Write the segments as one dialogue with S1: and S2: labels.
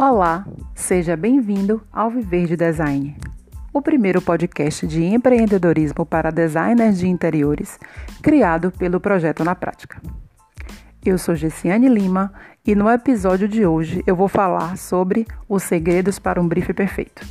S1: Olá, seja bem-vindo ao Viver de Design, o primeiro podcast de empreendedorismo para designers de interiores, criado pelo Projeto na Prática. Eu sou Gessiane Lima e no episódio de hoje eu vou falar sobre os segredos para um brief perfeito.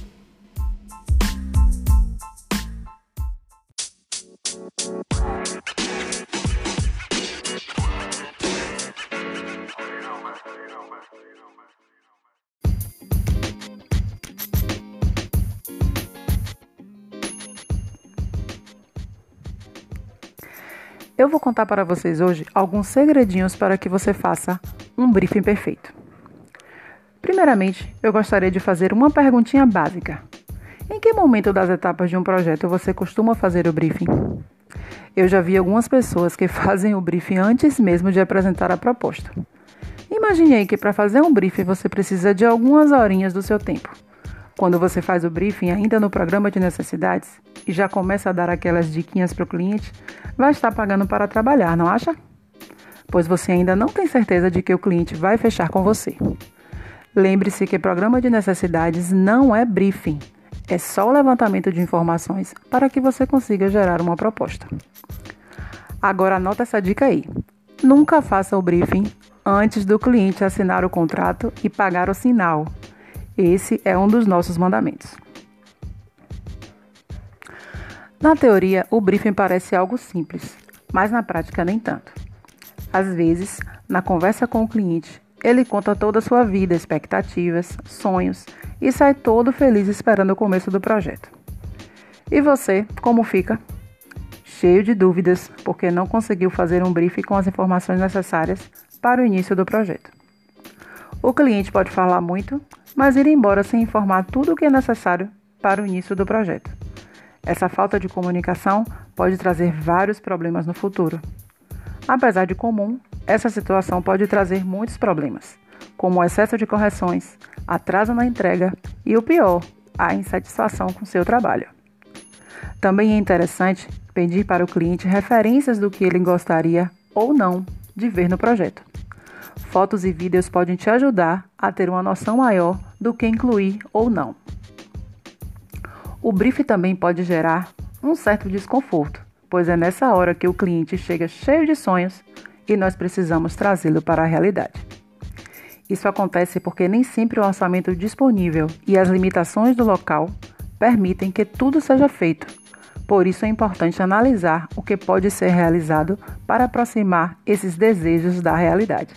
S1: Eu vou contar para vocês hoje alguns segredinhos para que você faça um briefing perfeito. Primeiramente, eu gostaria de fazer uma perguntinha básica. Em que momento das etapas de um projeto você costuma fazer o briefing? Eu já vi algumas pessoas que fazem o briefing antes mesmo de apresentar a proposta. Imagine aí que para fazer um briefing você precisa de algumas horinhas do seu tempo. Quando você faz o briefing ainda no programa de necessidades e já começa a dar aquelas diquinhas para o cliente, vai estar pagando para trabalhar, não acha? Pois você ainda não tem certeza de que o cliente vai fechar com você. Lembre-se que programa de necessidades não é briefing, é só o levantamento de informações para que você consiga gerar uma proposta. Agora anota essa dica aí. Nunca faça o briefing antes do cliente assinar o contrato e pagar o sinal. Esse é um dos nossos mandamentos. Na teoria, o briefing parece algo simples, mas na prática nem tanto. Às vezes, na conversa com o cliente, ele conta toda a sua vida, expectativas, sonhos e sai todo feliz esperando o começo do projeto. E você, como fica? Cheio de dúvidas, porque não conseguiu fazer um briefing com as informações necessárias para o início do projeto. O cliente pode falar muito, mas ir embora sem informar tudo o que é necessário para o início do projeto. Essa falta de comunicação pode trazer vários problemas no futuro. Apesar de comum, essa situação pode trazer muitos problemas, como o excesso de correções, atraso na entrega e, o pior, a insatisfação com seu trabalho. Também é interessante pedir para o cliente referências do que ele gostaria ou não de ver no projeto. Fotos e vídeos podem te ajudar a ter uma noção maior do que incluir ou não. O briefing também pode gerar um certo desconforto, pois é nessa hora que o cliente chega cheio de sonhos e nós precisamos trazê-lo para a realidade. Isso acontece porque nem sempre o orçamento disponível e as limitações do local permitem que tudo seja feito. Por isso é importante analisar o que pode ser realizado para aproximar esses desejos da realidade.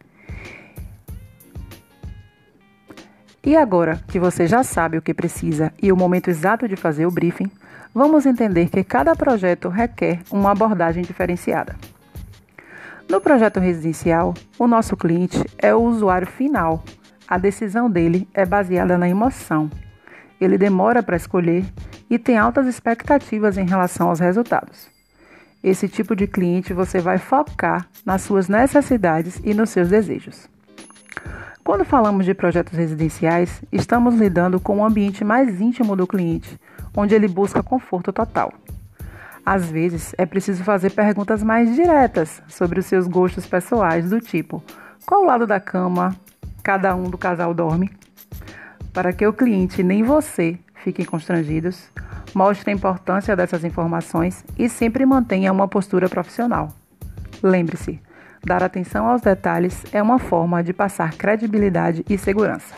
S1: E agora que você já sabe o que precisa e o momento exato de fazer o briefing, vamos entender que cada projeto requer uma abordagem diferenciada. No projeto residencial, o nosso cliente é o usuário final. A decisão dele é baseada na emoção. Ele demora para escolher e tem altas expectativas em relação aos resultados. Esse tipo de cliente você vai focar nas suas necessidades e nos seus desejos. Quando falamos de projetos residenciais, estamos lidando com um ambiente mais íntimo do cliente, onde ele busca conforto total. Às vezes, é preciso fazer perguntas mais diretas sobre os seus gostos pessoais, do tipo: qual lado da cama cada um do casal dorme? Para que o cliente nem você fiquem constrangidos, mostre a importância dessas informações e sempre mantenha uma postura profissional. Lembre-se, dar atenção aos detalhes é uma forma de passar credibilidade e segurança.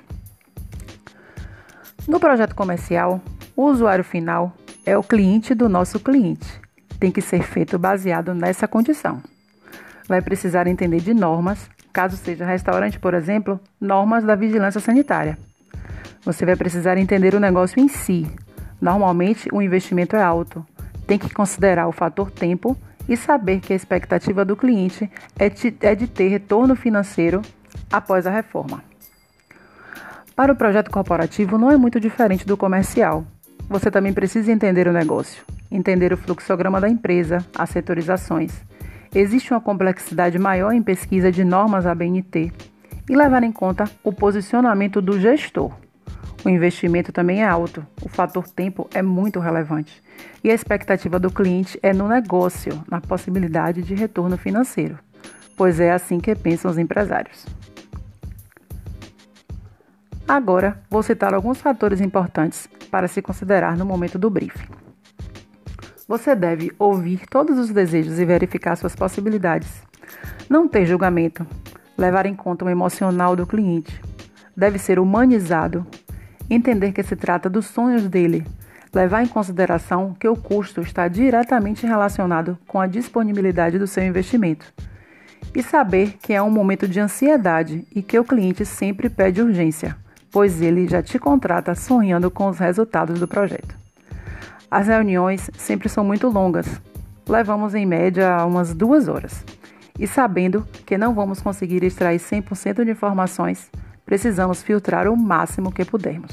S1: No projeto comercial, o usuário final é o cliente do nosso cliente. Tem que ser feito baseado nessa condição. Vai precisar entender de normas, caso seja restaurante, por exemplo, normas da vigilância sanitária. Você vai precisar entender o negócio em si. Normalmente, o investimento é alto. Tem que considerar o fator tempo e saber que a expectativa do cliente é de ter retorno financeiro após a reforma. Para o projeto corporativo não é muito diferente do comercial. Você também precisa entender o negócio, entender o fluxograma da empresa, as setorizações. Existe uma complexidade maior em pesquisa de normas ABNT e levar em conta o posicionamento do gestor. O investimento também é alto, o fator tempo é muito relevante e a expectativa do cliente é no negócio, na possibilidade de retorno financeiro, pois é assim que pensam os empresários. Agora, vou citar alguns fatores importantes para se considerar no momento do briefing. Você deve ouvir todos os desejos e verificar suas possibilidades. Não ter julgamento. Levar em conta o emocional do cliente. Deve ser humanizado. Entender que se trata dos sonhos dele. Levar em consideração que o custo está diretamente relacionado com a disponibilidade do seu investimento. E saber que é um momento de ansiedade e que o cliente sempre pede urgência, pois ele já te contrata sonhando com os resultados do projeto. As reuniões sempre são muito longas. Levamos em média umas 2 horas. E sabendo que não vamos conseguir extrair 100% de informações, precisamos filtrar o máximo que pudermos.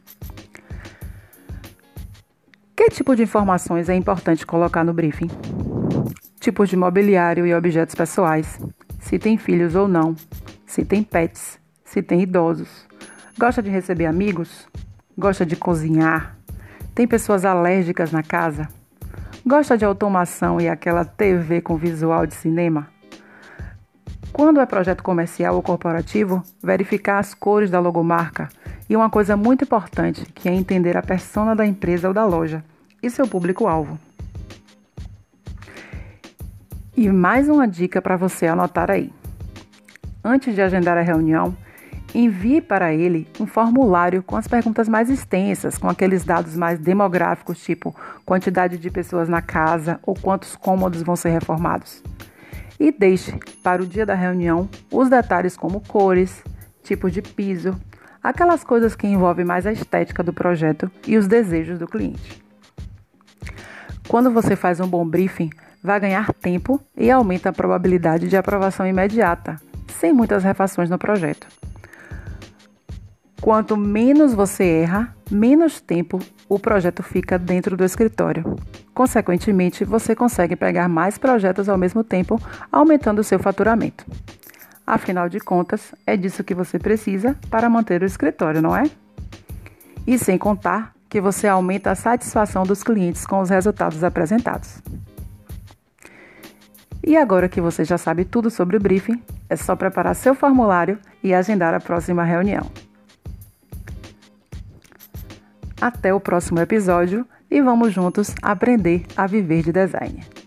S1: Que tipo de informações é importante colocar no briefing? Tipos de mobiliário e objetos pessoais, se tem filhos ou não, se tem pets, se tem idosos, gosta de receber amigos, gosta de cozinhar, tem pessoas alérgicas na casa, gosta de automação e aquela TV com visual de cinema. Quando é projeto comercial ou corporativo, verificar as cores da logomarca e uma coisa muito importante, que é entender a persona da empresa ou da loja e seu público-alvo. E mais uma dica para você anotar aí. Antes de agendar a reunião, envie para ele um formulário com as perguntas mais extensas, com aqueles dados mais demográficos, tipo quantidade de pessoas na casa ou quantos cômodos vão ser reformados. E deixe para o dia da reunião os detalhes como cores, tipos de piso, aquelas coisas que envolvem mais a estética do projeto e os desejos do cliente. Quando você faz um bom briefing, vai ganhar tempo e aumenta a probabilidade de aprovação imediata, sem muitas refações no projeto. Quanto menos você erra, menos tempo o projeto fica dentro do escritório. Consequentemente, você consegue pegar mais projetos ao mesmo tempo, aumentando o seu faturamento. Afinal de contas, é disso que você precisa para manter o escritório, não é? E sem contar que você aumenta a satisfação dos clientes com os resultados apresentados. E agora que você já sabe tudo sobre o briefing, é só preparar seu formulário e agendar a próxima reunião. Até o próximo episódio e vamos juntos aprender a viver de design.